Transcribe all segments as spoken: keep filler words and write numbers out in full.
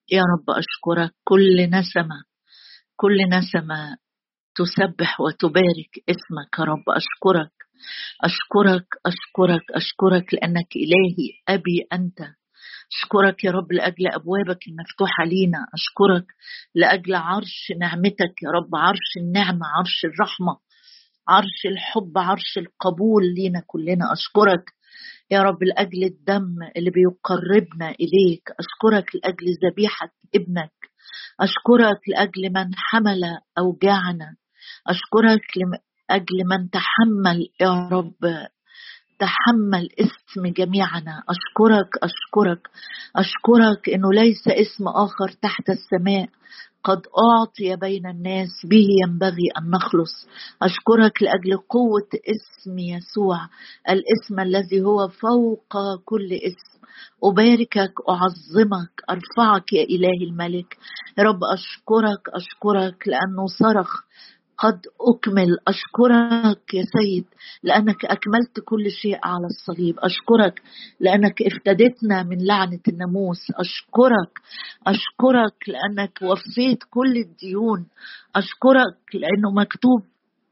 يا رب أشكرك. كل نسمة كل نسمة تسبح وتبارك اسمك يا رب. أشكرك أشكرك أشكرك أشكرك لأنك إلهي أبي أنت. أشكرك يا رب لأجل أبوابك المفتوحة لينا. أشكرك لأجل عرش نعمتك يا رب، عرش النعمة، عرش الرحمة، عرش الحب، عرش القبول لينا كلنا. أشكرك يا رب لأجل الدم اللي بيقربنا إليك. أشكرك لأجل ذبيحة ابنك. أشكرك لأجل من حمل أوجاعنا. أشكرك لأجل من تحمل يا رب، تحمل اسم جميعنا. أشكرك أشكرك أشكرك إنه ليس اسم آخر تحت السماء قد أعطي بين الناس به ينبغي أن نخلص. أشكرك لأجل قوة اسم يسوع، الاسم الذي هو فوق كل اسم. أباركك، أعظمك، أرفعك يا إلهي الملك. يا رب أشكرك أشكرك لأنه صرخ قد أكمل. أشكرك يا سيد لأنك أكملت كل شيء على الصليب. أشكرك لأنك افتدتنا من لعنة الناموس. أشكرك أشكرك لأنك وفيت كل الديون. أشكرك لأنه مكتوب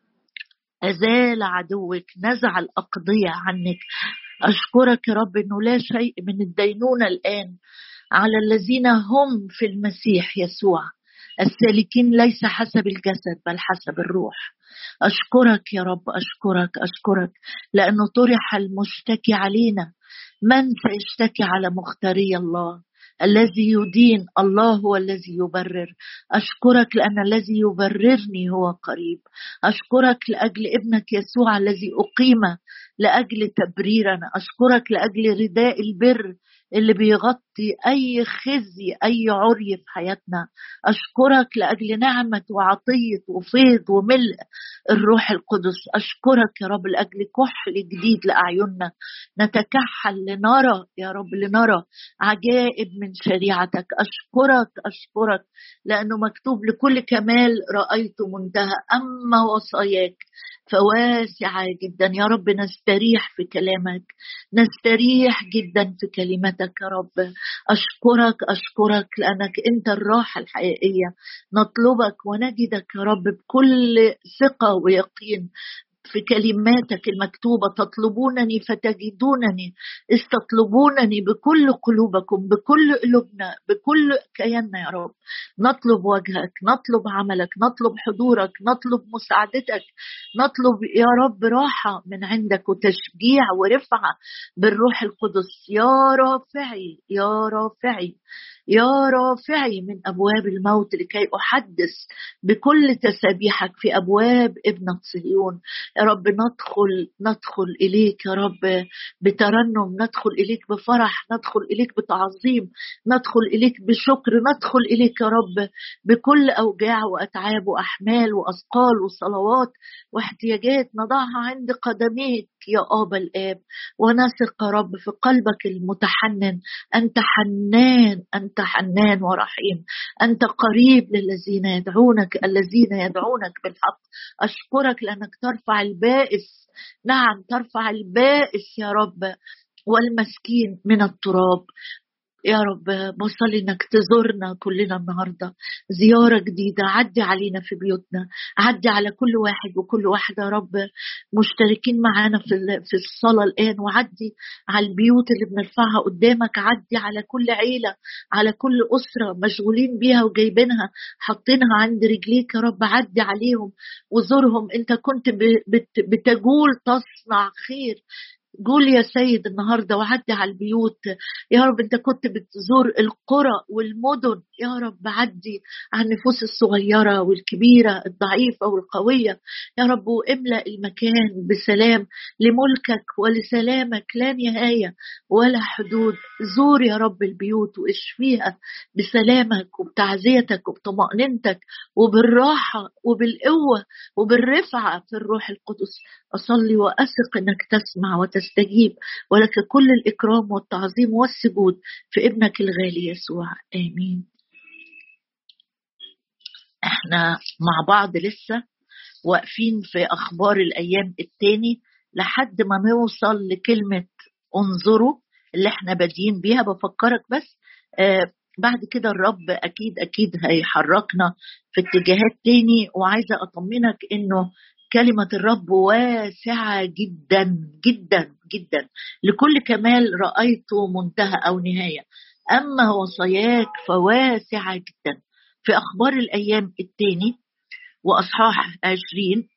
أزال عدوك، نزع الأقضية عنك. أشكرك يا رب أنه لا شيء من الدينونة الآن على الذين هم في المسيح يسوع، السالكين ليس حسب الجسد بل حسب الروح. أشكرك يا رب أشكرك أشكرك لأنه طرح المشتكي علينا. من سيشتكي على مختاري الله؟ الذي يدين الله هو الذي يبرر. أشكرك لأن الذي يبررني هو قريب. أشكرك لأجل ابنك يسوع الذي أقيم لأجل تبريرنا. أشكرك لأجل رداء البر اللي بيغطي أي خزي أي عري في حياتنا. أشكرك لأجل نعمة وعطية وفيض وملء الروح القدس. أشكرك يا رب لأجل كحل جديد لأعيننا، نتكحل لنرى يا رب، لنرى عجائب من شريعتك. أشكرك أشكرك لأنه مكتوب لكل كمال رأيت منتهى، أما وصاياك فواسعة جدا. يا رب نستريح في كلامك، نستريح جدا في كلمتك يا رب. أشكرك أشكرك لأنك أنت الراحة الحقيقية. نطلبك ونجدك يا رب بكل ثقة ويقين في كلماتك المكتوبة. تطلبونني فتجدونني، استطلبونني بكل قلوبكم، بكل قلوبنا، بكل كياننا يا رب. نطلب وجهك، نطلب عملك، نطلب حضورك، نطلب مساعدتك، نطلب يا رب راحة من عندك وتشجيع ورفعة بالروح القدس. يا رافعي يا رافعي يا رافعي من أبواب الموت لكي أحدث بكل تسابيحك في أبواب ابنة صهيون. يا رب ندخل ندخل إليك يا رب بترنم، ندخل إليك بفرح، ندخل إليك بتعظيم، ندخل إليك بشكر، ندخل إليك يا رب بكل أوجاع وأتعاب وأحمال وأثقال وصلوات واحتياجات نضعها عند قدميك يا آبا الآب. ونثق يا رب في قلبك المتحنن. أنت حنان، أنت حنان ورحيم، أنت قريب للذين يدعونك، الذين يدعونك بالحق. أشكرك لأنك ترفع البائس، نعم ترفع البائس يا رب والمسكين من التراب. يا رب بصلي انك تزورنا كلنا النهاردة زيارة جديدة. عدي علينا في بيوتنا، عدي على كل واحد وكل واحدة يا رب مشتركين معانا في في الصلاة الآن، وعدي على البيوت اللي بنرفعها قدامك. عدي على كل عيلة، على كل أسرة مشغولين بيها وجايبينها حاطينها عند رجليك يا رب. عدي عليهم وزورهم. انت كنت بتجول تصنع خير. قول يا سيد النهاردة وعدي على البيوت يا رب. انت كنت بتزور القرى والمدن يا رب. عدي على النفوس الصغيرة والكبيرة، الضعيفة والقوية يا رب، واملأ المكان بسلام لملكك ولسلامك لا نهاية ولا حدود. زور يا رب البيوت واشفيها بسلامك وبتعزيتك وبطمأنينتك وبالراحة وبالقوة وبالرفعة في الروح القدس. أصلي وأثق أنك تسمع وتستجيب، ولك كل الإكرام والتعظيم والسجود في ابنك الغالي يسوع. آمين. احنا مع بعض لسه واقفين في أخبار الأيام التاني لحد ما نوصل لكلمة انظروا اللي احنا بادين بيها. بفكرك بس آه بعد كده الرب أكيد أكيد هيحركنا في اتجاهات تاني. وعايزة أطمنك إنه كلمة الرب واسعة جدا جدا جدا، لكل كمال رأيته منتهى أو نهاية، أما وصاياك فواسعة جدا. في أخبار الأيام التاني وأصحاح عشرين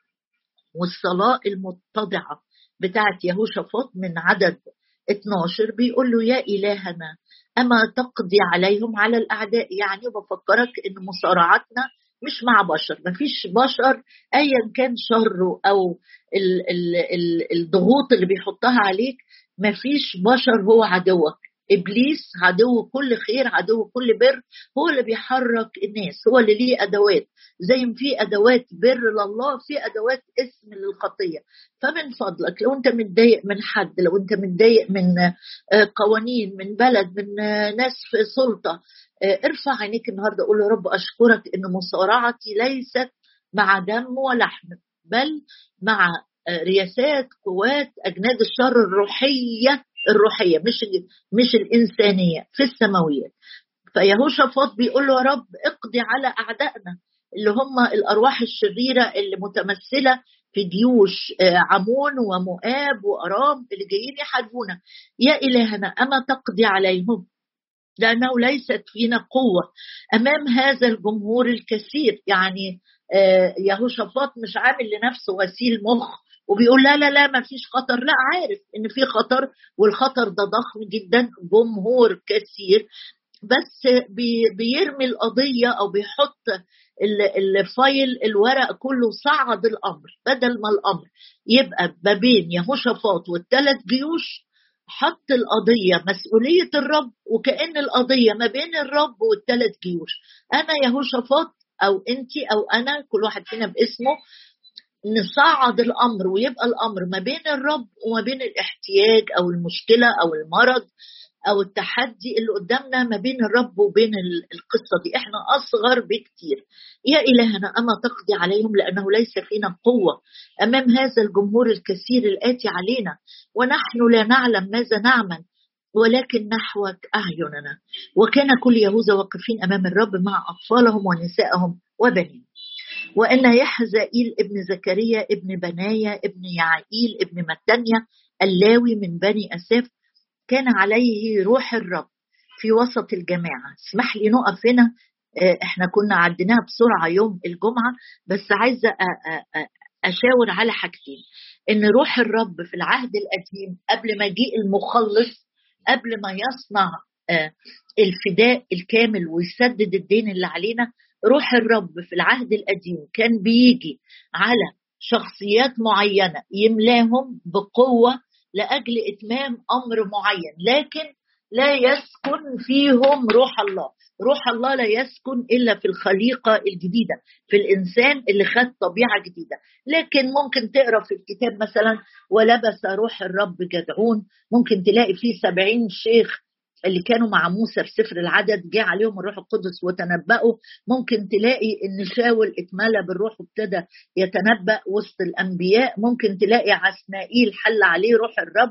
والصلاة المتضعة بتاعت يهوشافاط من عدد اتناشر بيقول له يا إلهنا أما تقضي عليهم على الأعداء. يعني بفكرك إن مصارعتنا مش مع بشر، مفيش بشر أيا كان شره أو ال ال ال الضغوط اللي بيحطها عليك، مفيش بشر هو عدوك. إبليس عدو كل خير، عدو كل بر، هو اللي بيحرك الناس، هو اللي ليه أدوات. زي ما في أدوات بر لله في أدوات اسم للخطية. فمن فضلك لو أنت متضايق من حد، لو أنت متضايق من قوانين، من بلد، من ناس في سلطة، ارفع عينيك النهاردة قول له رب أشكرك إن مصارعتي ليست مع دم ولحم، بل مع رياسات قوات أجناد الشر الروحية، الروحية مش مش الإنسانية في السماويات. فيهوشافاط بيقول له يا رب اقضي على أعدائنا اللي هم الأرواح الشريرة اللي متمثلة في جيوش عمون ومؤاب وأرام اللي جايين يحاربونا. يا إلهنا أما تقضي عليهم لأنه ليست فينا قوة أمام هذا الجمهور الكثير. يعني يهوشافاط مش عامل لنفسه غسيل مخ وبيقول لا لا لا ما فيش خطر، لا عارف إن في خطر، والخطر ده ضخم جدا، جمهور كثير، بس بيرمي القضية أو بيحط الفايل الورق كله صعد الأمر، بدل ما الأمر يبقى ما بين يهوشافاط والثلاث جيوش حط القضية مسؤولية الرب، وكأن القضية ما بين الرب والثلاث جيوش. أنا يهوشافاط أو أنتي أو أنا، كل واحد فينا باسمه، نصعد الأمر ويبقى الأمر ما بين الرب وما بين الاحتياج أو المشكلة أو المرض أو التحدي اللي قدامنا، ما بين الرب وبين القصة دي. إحنا أصغر بكتير. يا إلهنا أما تقضي عليهم لأنه ليس فينا قوة أمام هذا الجمهور الكثير الآتي علينا، ونحن لا نعلم ماذا نعمل ولكن نحوك أعيننا. وكان كل يهوذا واقفين أمام الرب مع أطفالهم ونسائهم وبنين. وأن يحزائيل ابن زكريا ابن بنايا ابن يعقيل ابن متنيا اللاوي من بني أساف كان عليه روح الرب في وسط الجماعة. اسمح لي نقف هنا، احنا كنا عدناها بسرعة يوم الجمعة، بس عايزة أشاور على حاجتين. إن روح الرب في العهد القديم قبل مجيء المخلص، قبل ما يصنع الفداء الكامل ويسدد الدين اللي علينا، روح الرب في العهد القديم كان بيجي على شخصيات معينة يملاهم بقوة لأجل إتمام أمر معين، لكن لا يسكن فيهم روح الله. روح الله لا يسكن إلا في الخليقة الجديدة، في الإنسان اللي خد طبيعة جديدة. لكن ممكن تقرأ في الكتاب مثلا ولبس روح الرب جدعون، ممكن تلاقي فيه سبعين شيخ اللي كانوا مع موسى في سفر العدد جاء عليهم الروح القدس وتنبأوا. ممكن تلاقي ان شاول اتملى بالروح وابتدى يتنبأ وسط الانبياء. ممكن تلاقي عسنائيل حل عليه روح الرب.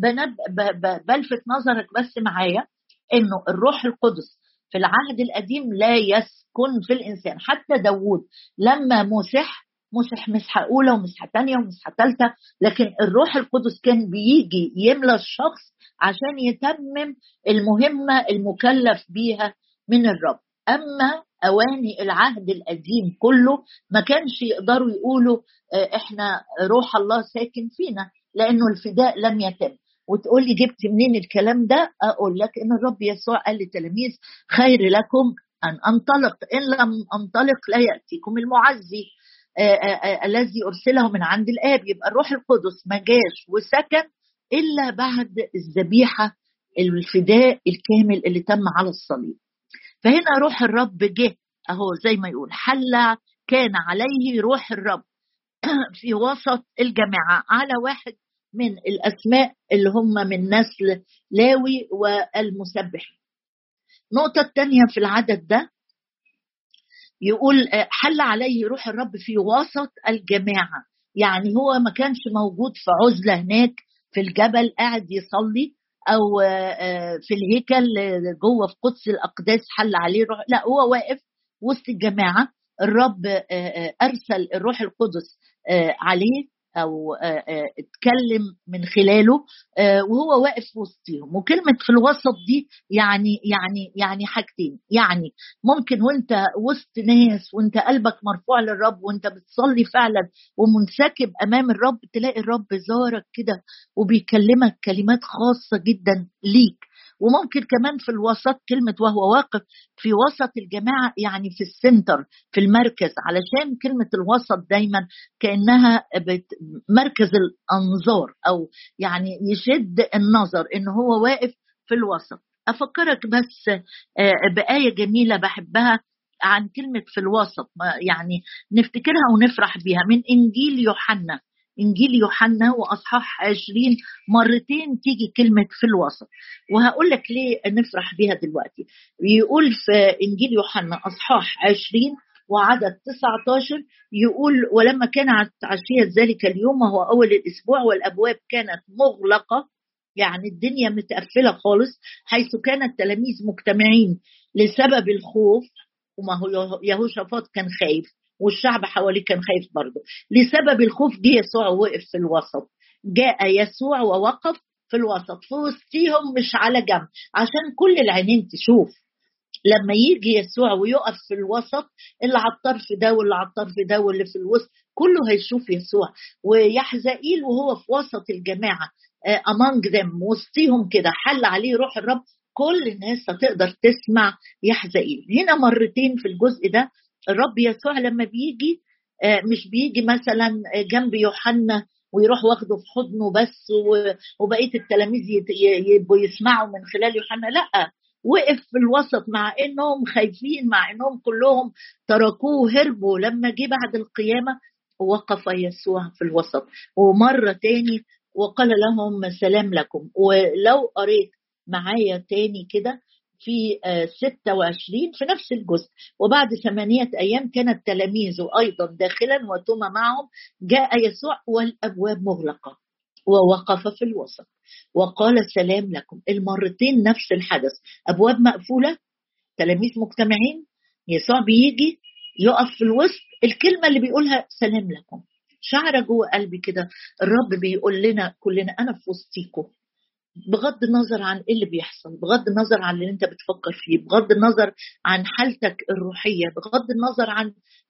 بلفت نظرك بس معايا انه الروح القدس في العهد القديم لا يسكن في الانسان. حتى داود لما مسح مسح مسحة أولى ومسحة تانية ومسحة ثالثة، لكن الروح القدس كان بيجي يملى الشخص عشان يتمم المهمة المكلف بيها من الرب. أما أواني العهد القديم كله ما كانش يقدروا يقولوا إحنا روح الله ساكن فينا، لأنه الفداء لم يتم. وتقولي جبت منين الكلام ده؟ أقول لك إن الرب يسوع قال للتلاميذ خير لكم أن أنطلق، إن لم أنطلق لا يأتيكم المعزي الذي أرسله من عند الآب. يبقى الروح القدس ما جاش وسكن إلا بعد الذبيحة الفداء الكامل اللي تم على الصليب. فهنا روح الرب جه أهو زي ما يقول حل كان عليه روح الرب في وسط الجماعة على واحد من الأسماء اللي هم من نسل لاوي والمسبح. نقطة الثانية في العدد ده يقول حل عليه روح الرب في وسط الجماعة، يعني هو ما كانش موجود في عزلة هناك في الجبل قاعد يصلي أو في الهيكل جوه في قدس الأقداس حل عليه الروح، لا، هو واقف وسط الجماعة. الرب أرسل الروح القدس عليه أو اتكلم من خلاله وهو واقف وسطهم. وكلمة في الوسط دي يعني يعني يعني حاجتين، يعني ممكن وانت وسط ناس وانت قلبك مرفوع للرب وانت بتصلي فعلا ومنسكب أمام الرب، تلاقي الرب زارك كده وبيكلمك كلمات خاصة جدا ليك. وممكن كمان في الوسط، كلمة وهو واقف في وسط الجماعة يعني في السنتر، في المركز، علشان كلمة الوسط دايما كأنها مركز الأنظار أو يعني يشد النظر إن هو واقف في الوسط. أفكرك بس بآية جميلة بحبها عن كلمة في الوسط، يعني نفتكرها ونفرح بيها، من إنجيل يوحنا. إنجيل يوحنا وأصحاح عشرين، مرتين تيجي كلمة في الوسط، وهقول لك ليه نفرح بيها دلوقتي. يقول في إنجيل يوحنا أصحاح عشرين وعدد تسعة عشر، يقول ولما كان عشية ذلك اليوم وهو أول الأسبوع والأبواب كانت مغلقة، يعني الدنيا متقفلة خالص، حيث كان التلاميذ مجتمعين لسبب الخوف. وما هو يهوشافاط كان خايف والشعب حواليه كان خايف برضه. لسبب الخوف جه يسوع ووقف في الوسط. جاء يسوع ووقف في الوسط في وسطهم، مش على جنب، عشان كل العينين تشوف. لما يجي يسوع ويقف في الوسط، اللي على الطرف ده واللي على الطرف ده واللي في الوسط كله هيشوف يسوع. ويحزائيل وهو في وسط الجماعة among them، وسطيهم كده حل عليه روح الرب، كل الناس هتقدر تسمع يحزائيل. هنا مرتين في الجزء ده الرب يسوع لما بيجي مش بيجي مثلا جنب يوحنا ويروح واخده في حضنه بس وبقية التلاميذ يبقوا يسمعوا من خلال يوحنا، لا، وقف في الوسط مع انهم خايفين، مع انهم كلهم تركوه وهربوا. لما جه بعد القيامة وقف يسوع في الوسط. ومرة تاني وقال لهم سلام لكم. ولو قريت معايا تاني كده في ستة وعشرين في نفس الجزء، وبعد ثمانية أيام كان التلاميذ أيضا داخلا وتوما معهم، جاء يسوع والأبواب مغلقة ووقف في الوسط وقال سلام لكم. المرتين نفس الحدث، أبواب مقفولة، تلاميذ مجتمعين، يسوع بيجي يقف في الوسط، الكلمة اللي بيقولها سلام لكم. شعر جوه قلبي كده الرب بيقول لنا كلنا أنا في وسطيكم، بغض النظر عن ايه اللي بيحصل، بغض النظر عن اللي انت بتفكر فيه، بغض النظر عن حالتك الروحية، بغض النظر عن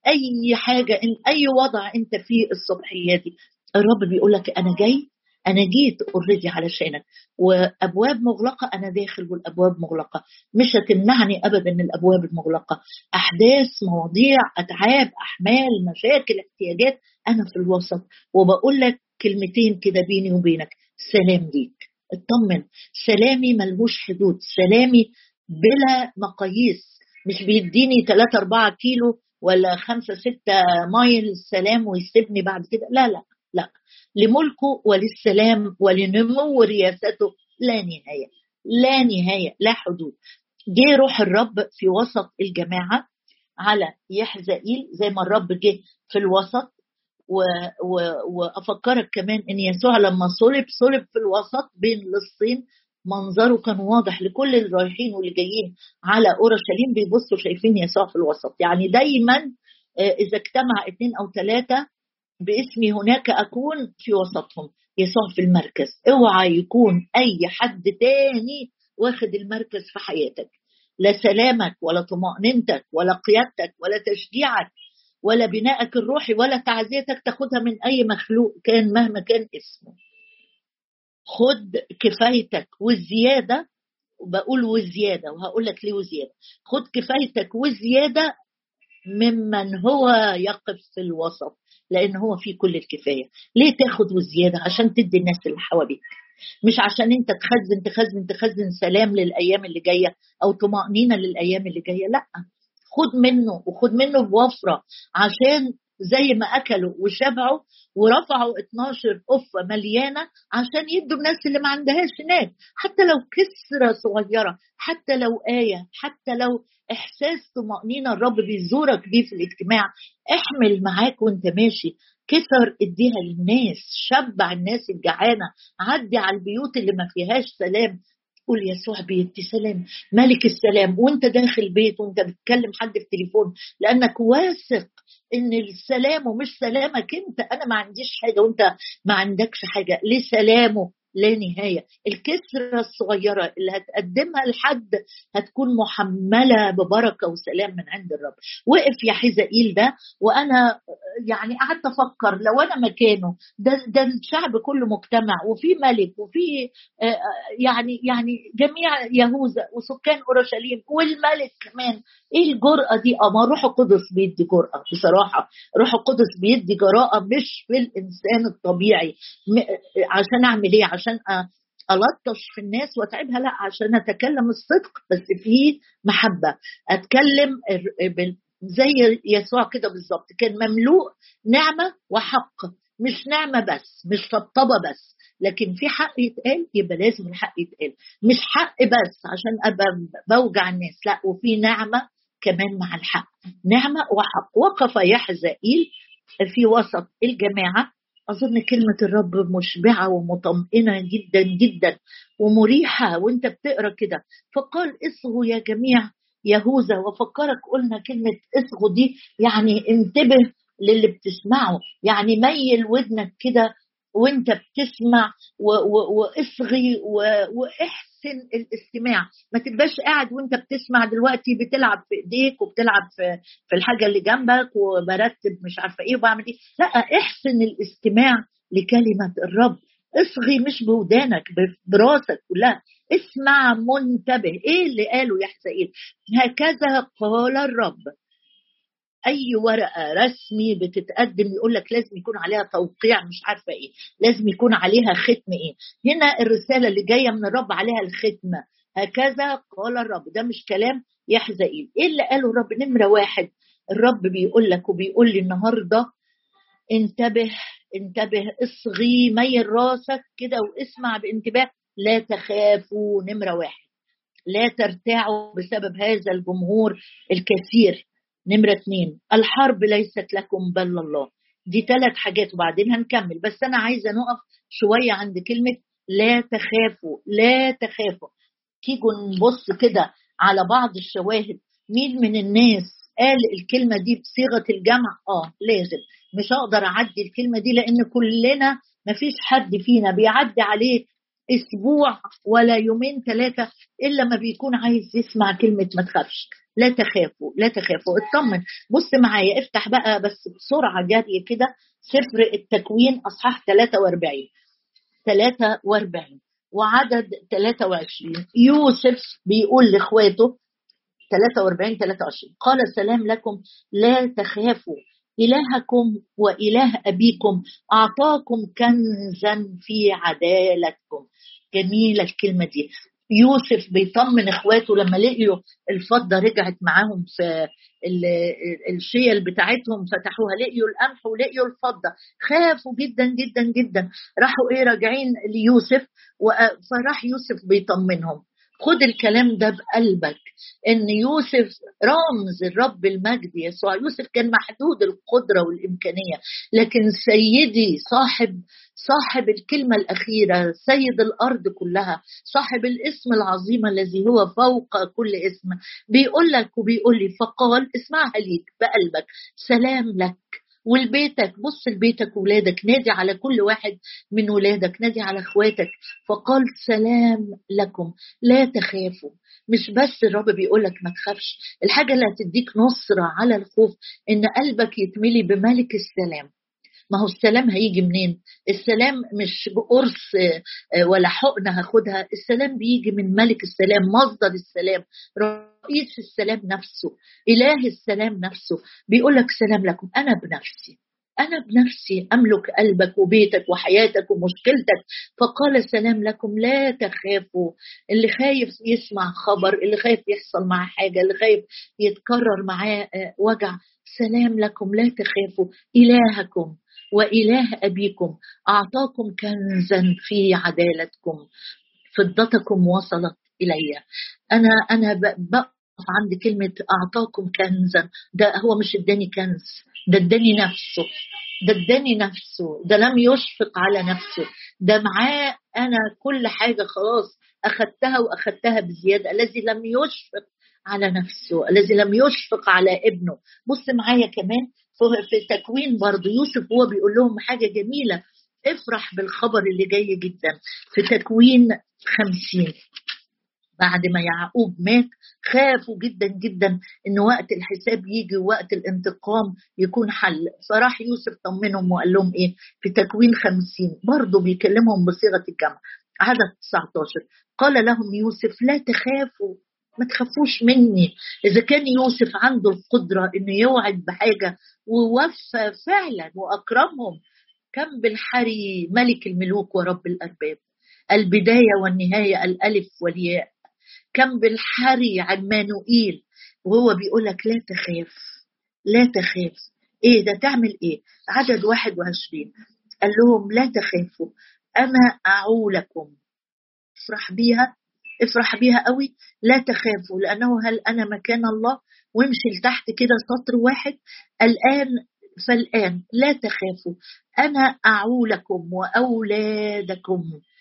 اي حاجة، إن اي وضع انت فيه الصبحية دي، الرب بيقولك انا جاي، انا جيت اوريدي علشانك. وابواب مغلقة، انا داخل والابواب مغلقة، مش هتمنعني ابدا الابواب المغلقة. احداث، مواضيع، اتعاب، احمال، مشاكل، احتياجات، انا في الوسط وبقول لك كلمتين كده بيني وبينك، سلام ليك، اطمن، سلامي ملهوش حدود، سلامي بلا مقاييس، مش بيديني ثلاثة أربعة كيلو ولا خمسة ستة مايل سلام ويسيبني بعد كده، لا لا لا، لملكه وللسلام ولنمو رياسته لا نهاية، لا نهاية، لا حدود. جه روح الرب في وسط الجماعة على يحزائيل زي ما الرب جه في الوسط. و... و... وأفكرك كمان إن يسوع لما صلب صلب في الوسط بين لصين، منظره كان واضح لكل اللي رايحين واللي جايين على أورشليم، بيبصوا شايفين يسوع في الوسط. يعني دايما إذا اجتمع اثنين أو ثلاثة باسمي هناك أكون في وسطهم، يسوع في المركز. اوعى يكون أي حد تاني واخد المركز في حياتك، لا سلامك ولا طمأنينتك ولا قيادتك ولا تشجيعك ولا بنائك الروحي ولا تعزيتك تاخدها من أي مخلوق كان مهما كان اسمه. خد كفايتك والزيادة، وبقول والزيادة وهقول لك ليه وزيادة. خد كفايتك والزيادة ممن هو يقف في الوسط، لأن هو فيه كل الكفاية. ليه تاخد والزيادة؟ عشان تدي الناس اللي حواليك، مش عشان انت تخزن تخزن تخزن سلام للأيام اللي جاية أو طمأنينة للأيام اللي جاية، لأ، خد منه وخد منه بوفرة عشان زي ما أكلوا وشبعوا ورفعوا اتناشر قفة مليانة عشان يدوا الناس اللي ما عندهاش هناك، حتى لو كسرة صغيرة، حتى لو آية، حتى لو إحساس طمأنينة الرب بيزورك بيه في الاجتماع، احمل معاك وانت ماشي كسر اديها للناس، شبع الناس الجعانة، عدي على البيوت اللي ما فيهاش سلام، قول يسوع بيدي سلام، ملك السلام، وانت داخل بيت وانت بتكلم حد في تليفون، لانك واثق ان السلام ومش سلامك انت، انا ما عنديش حاجة وانت ما عندكش حاجة، لسلامه لا نهاية. الكسرة الصغيرة اللي هتقدمها لحد هتكون محملة ببركة وسلام من عند الرب. وقف يا حزائيل ده، وأنا يعني قعدت أفكر لو أنا مكانه، ده, ده الشعب كله مجتمع وفي ملك وفي يعني يعني جميع يهوذا وسكان أورشليم والملك كمان، إيه الجرأة دي؟ أما روح القدس بيدي جرأة بصراحة، روح القدس بيدي جراءة مش في الإنسان الطبيعي. عشان أعمل إيه؟ عشان ألطش في الناس وأتعبها؟ لا، عشان أتكلم الصدق بس فيه محبة، أتكلم زي يسوع كده بالظبط، كان مملوء نعمة وحق، مش نعمة بس، مش طبطبة بس، لكن في حق يتقال، يبقى لازم الحق يتقال، مش حق بس عشان أبقى بوجع الناس، لا، وفي نعمة كمان مع الحق، نعمة وحق. وقف يحزائيل في وسط الجماعة، أظن كلمة الرب مشبعة ومطمئنة جدا جدا ومريحة وانت بتقرأ كده، فقال اصغوا يا جميع يهوذا. وفكرك قلنا كلمة اصغوا دي يعني انتبه للي بتسمعه، يعني ميل ودنك كده وانت بتسمع واصغي واحسن الاستماع، ما تبقاش قاعد وانت بتسمع دلوقتي بتلعب في ايديك وبتلعب في في الحاجة اللي جنبك وبرتب مش عارفة ايه وبعمل ايه، لا، احسن الاستماع لكلمة الرب، اصغي مش بودانك براسك كلها، اسمع منتبه. ايه اللي قاله يحزائيل؟ هكذا قال الرب. اي ورقه رسمي بتتقدم يقول لك لازم يكون عليها توقيع مش عارفه ايه، لازم يكون عليها ختم ايه، هنا الرساله اللي جايه من الرب عليها الختمه، هكذا قال الرب. ده مش كلام يحزائيل. ايه اللي قاله الرب؟ نمره واحد، الرب بيقول لك وبيقول لي النهارده انتبه انتبه، اصغي، ميل راسك كده واسمع بانتباه، لا تخافوا. نمره واحد، لا ترتاعوا بسبب هذا الجمهور الكثير. نمرة اتنين، الحرب ليست لكم بل الله. دي ثلاث حاجات وبعدين هنكمل، بس أنا عايزة نقف شوية عند كلمة لا تخافوا. لا تخافوا، تيجوا نبص كده على بعض الشواهد، مين من الناس قال الكلمة دي بصيغة الجمع؟ آه لازم، مش هقدر أعدي الكلمة دي لأن كلنا مفيش حد فينا بيعدي عليه اسبوع ولا يومين ثلاثة الا ما بيكون عايز يسمع كلمة ما تخافش. لا تخافوا لا تخافوا، اطمن. بص معايا، افتح بقى بس بسرعة جارية كده سفر التكوين اصحاح ثلاثة وأربعين ثلاثة وأربعين وعدد ثلاثة وعشرين. يوسف بيقول لاخواته ثلاثة وأربعين ثلاثة وعشرين، قال سلام لكم لا تخافوا، إلهكم وإله أبيكم أعطاكم كنزا في عدالتكم. جميلة الكلمة دي. يوسف بيطمن إخواته لما لقيوا الفضة رجعت معاهم في الشيل بتاعتهم، فتحوها لقيوا القمح ولقيوا الفضة، خافوا جدا جدا جدا، راحوا إيه راجعين ليوسف، فراح يوسف بيطمنهم. خد الكلام ده بقلبك، ان يوسف رمز الرب المجد يسوع. يوسف كان محدود القدرة والإمكانية، لكن سيدي صاحب صاحب الكلمة الأخيرة، سيد الأرض كلها، صاحب الاسم العظيم الذي هو فوق كل اسم، بيقول لك وبيقول لي، فقال اسمعها ليك بقلبك، سلام لك ولبيتك. بص لبيتك وولادك، نادي على كل واحد من ولادك، نادي على اخواتك، فقال سلام لكم لا تخافوا. مش بس الرب بيقولك ما تخافش، الحاجة اللي هتديك نصرة على الخوف ان قلبك يتملي بملك السلام. ما هو السلام هيجي منين؟ السلام مش بقرص ولا حقنة هاخدها، السلام بيجي من ملك السلام، مصدر السلام، رئيس السلام نفسه، إله السلام نفسه. بيقولك سلام لكم. أنا بنفسي أنا بنفسي أملك قلبك وبيتك وحياتك ومشكلتك. فقال سلام لكم لا تخافوا. اللي خايف يسمع خبر، اللي خايف يحصل معاه حاجة، اللي خايف يتكرر معاه وجع، سلام لكم لا تخافوا. إلهكم وإله أبيكم أعطاكم كنزا في عدالتكم، فضتكم وصلت إلي. أنا أنا بقف عند كلمة أعطاكم كنزا. ده هو مش اداني كنز، ده اداني نفسه، ده اداني نفسه، ده لم يشفق على نفسه، ده معاه أنا كل حاجة خلاص أخذتها وأخذتها بزيادة. الذي لم يشفق على نفسه، الذي لم يشفق على ابنه. بص معايا كمان في تكوين برضو يوسف هو بيقول لهم حاجة جميلة، افرح بالخبر اللي جاي جدا. في تكوين خمسين بعد ما يعقوب مات خافوا جدا جدا ان وقت الحساب يجي ووقت الانتقام يكون حل. فراح يوسف طمنهم وقال لهم ايه في تكوين خمسين برضو بيكلمهم بصيغة الجمع عدد تسعة عشر. قال لهم يوسف لا تخافوا، ما تخافوش مني. إذا كان يوسف عنده القدرة إنه يوعد بحاجة ووفى فعلا وأكرمهم، كم بالحري ملك الملوك ورب الأرباب، البداية والنهاية، الألف والياء. كم بالحري عمانوئيل وهو بيقول لك لا تخاف لا تخاف. إيه ده تعمل إيه؟ عدد واحد وعشرين قال لهم لا تخافوا أنا أعولكم. افرح بيها، افرح بيها قوي. لا تخافوا لأنه هل أنا مكان الله. وامشي لتحت كده سطر واحد. الآن فالآن لا تخافوا أنا أعولكم وأولادكم.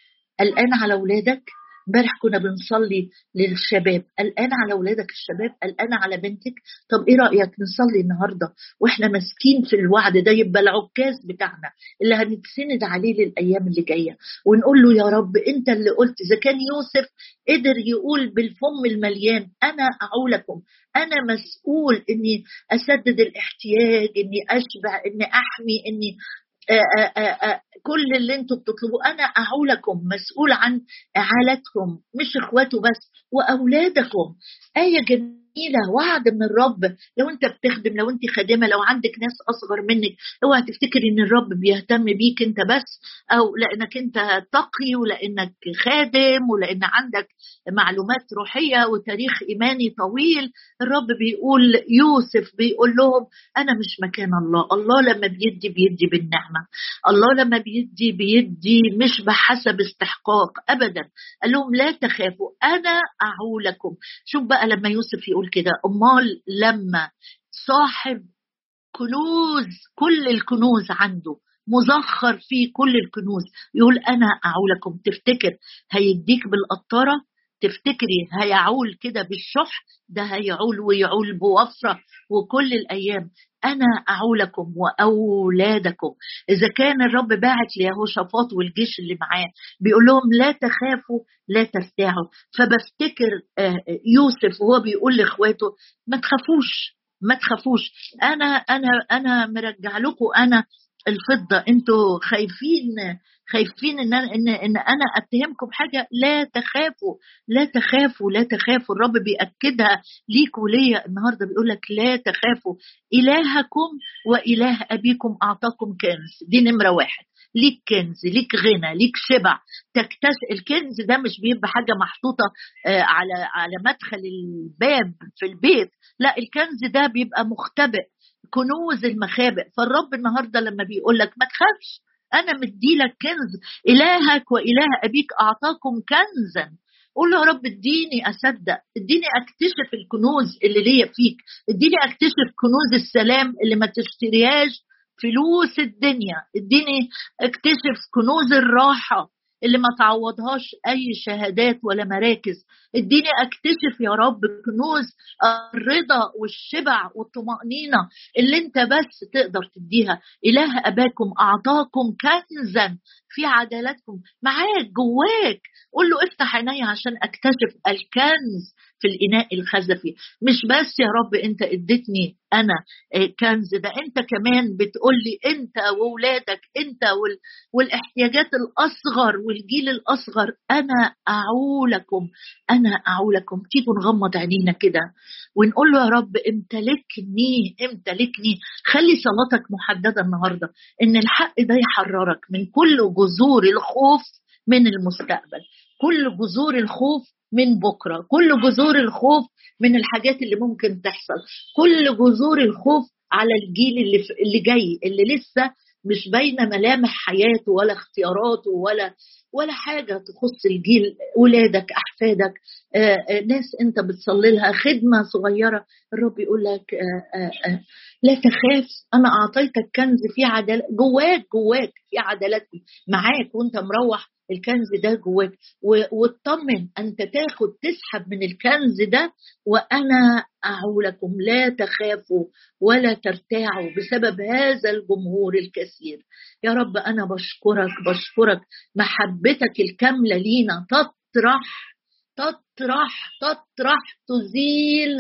الآن على أولادك. امبارح كنا بنصلي للشباب، الآن على أولادك الشباب، الآن على بنتك. طب إيه رأيك نصلي النهاردة وإحنا ماسكين في الوعد ده، يبقى العكاز بتاعنا اللي هنتسند عليه للأيام اللي جاية، ونقول له يا رب أنت اللي قلت. إذا كان يوسف قدر يقول بالفم المليان أنا أعولكم، أنا مسؤول إني أسدد الاحتياج، إني أشبع، إني أحمي، إني آآ آآ كل اللي انتوا بتطلبوه انا اعولكم، مسؤول عن اعالتكم مش اخواته بس واولادكم. آية جميلة، وعد من الرب. لو انت بتخدم، لو انت خادمة، لو عندك ناس اصغر منك، اوعى تفتكري ان الرب بيهتم بيك انت بس، او لانك انت تقي ولانك خادم ولان عندك معلومات روحية وتاريخ ايماني طويل. الرب بيقول يوسف بيقول لهم انا مش مكان الله. الله لما بيدي بيدي بالنعمة، الله لما بيدي بيدي مش بحسب استحقاق ابدا. قال لهم لا تخافوا انا اعولكم. شوف بقى لما يوسف يقول كده، امال لما صاحب كنوز كل الكنوز عنده مزخر فيه كل الكنوز يقول انا اعولكم، تفتكر هيديك بالقطاره؟ تفتكري هيعول كده بالشح؟ ده هيعول ويعول بوفرة وكل الأيام. أنا أعولكم وأولادكم. إذا كان الرب باعت ليهوشافاط والجيش اللي معاه بيقول لهم لا تخافوا لا ترتاعوا، فبفتكر يوسف وهو بيقول لإخواته ما تخافوش ما تخافوش، أنا أنا أنا مرجع لكم أنا الفضة. أنتوا خايفين خايفين إن أنا, إن, إن أنا أتهمكم حاجة. لا تخافوا لا تخافوا لا تخافوا. الرب بيأكدها ليك وليا النهاردة، بيقول لك لا تخافوا. إلهكم وإله أبيكم أعطاكم كنز. دي نمرة واحد، ليك كنز، ليك غنى، ليك شبع تكتسب. الكنز ده مش بيبقى حاجة محطوطة على على مدخل الباب في البيت، لا الكنز ده بيبقى مختبئ، كنوز المخابئ. فالرب النهاردة لما بيقول لك ما تخافش أنا مديلك كنز، إلهك وإله أبيك أعطاكم كنزا. قول له يا رب اديني أصدق، اديني أكتشف الكنوز اللي ليا فيك، اديني أكتشف كنوز السلام اللي ما تشتريهاش فلوس الدنيا، اديني أكتشف كنوز الراحة اللي ما تعوضهاش أي شهادات ولا مراكز. اديني أكتشف يا رب كنوز الرضا والشبع والطمأنينة اللي انت بس تقدر تديها. إله أباكم أعطاكم كنزا في عدالتكم. معاك جواك. قول له افتح عيني عشان اكتشف الكنز في الإناء الخزفي. مش بس يا رب انت اديتني انا كنز، ده انت كمان بتقول لي انت وولادك انت وال... والاحتياجات الاصغر والجيل الاصغر انا اعولكم، انا اعولكم. تيجوا نغمض عينينا كده ونقول له يا رب امتلكني امتلكني. خلي صلاتك محددة النهاردة ان الحق ده يحررك من كل جذور الخوف من المستقبل، كل جذور الخوف من بكرة، كل جذور الخوف من الحاجات اللي ممكن تحصل، كل جذور الخوف على الجيل اللي, اللي جاي اللي لسه مش باينة ملامح حياته ولا اختياراته ولا ولا حاجة تخص الجيل، ولادك أحفادك، آآ آآ ناس أنت بتصلي لها، خدمة صغيرة. الرب يقول لك آآ آآ لا تخاف، أنا أعطيتك كنز في عدالة جواك، جواك في عدالتي معاك وأنت مروح الكنز ده جواك. واطمن أنت تاخد تسحب من الكنز ده وأنا أعولكم. لا تخافوا ولا ترتاعوا بسبب هذا الجمهور الكثير. يا رب أنا بشكرك بشكرك محبتك الكاملة لينا تطرح تطرح تطرح تزيل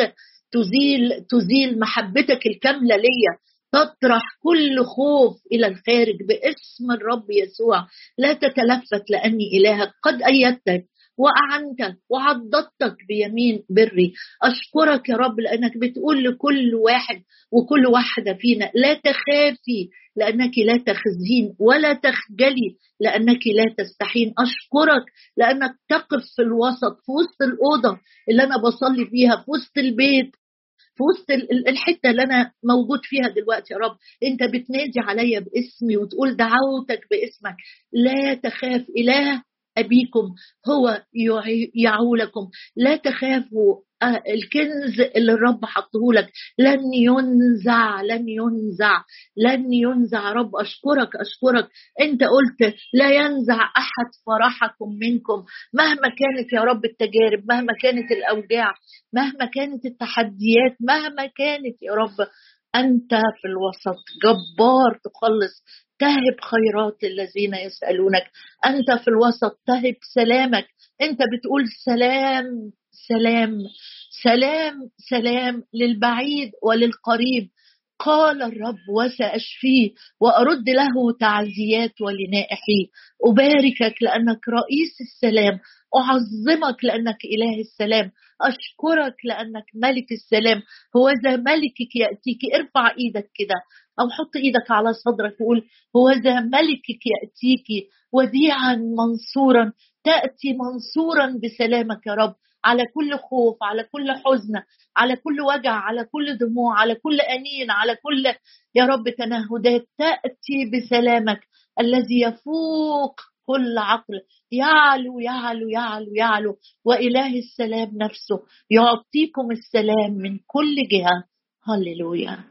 تزيل تزيل محبتك الكاملة ليا تطرح كل خوف إلى الخارج باسم الرب يسوع. لا تتلفت لأني إلهك قد أيدتك وأعنتك وعضدتك بيمين بري. أشكرك يا رب لأنك بتقول لكل واحد وكل واحدة فينا لا تخافي لأنك لا تخزين ولا تخجلي لأنك لا تستحين. أشكرك لأنك تقف في الوسط في وسط الأوضة اللي أنا بصلي فيها، في وسط البيت، في وسط الحتة اللي أنا موجود فيها دلوقتي. يا رب أنت بتنادي عليا باسمي وتقول دعوتك باسمك. لا تخاف، إله أبيكم هو يعولكم. لا تخافوا، الكنز اللي الرب حطه لك لن ينزع لن ينزع لن ينزع. رب أشكرك أشكرك. أنت قلت لا ينزع أحد فرحكم منكم مهما كانت يا رب التجارب، مهما كانت الأوجاع، مهما كانت التحديات، مهما كانت يا رب أنت في الوسط جبار تخلص، تهب خيرات الذين يسألونك. أنت في الوسط تهب سلامك. أنت بتقول سلام سلام سلام سلام للبعيد وللقريب قال الرب وسأشفيه وأرد له تعزيات ولنائحيه. أباركك لأنك رئيس السلام، أعظمك لأنك إله السلام، أشكرك لأنك ملك السلام. هو ذا ملكك يأتيك. ارفع إيدك كده أو حط إيدك على صدرك وقول هو ذا ملكك يأتيك وديعا منصورا. تأتي منصورا بسلامك يا رب على كل خوف، على كل حزن، على كل وجع، على كل دموع، على كل أنين، على كل يا رب تنهدات. تأتي بسلامك الذي يفوق كل عقل، يعلو يعلو يعلو يعلو. وإله السلام نفسه يعطيكم السلام من كل جهة. هللويا.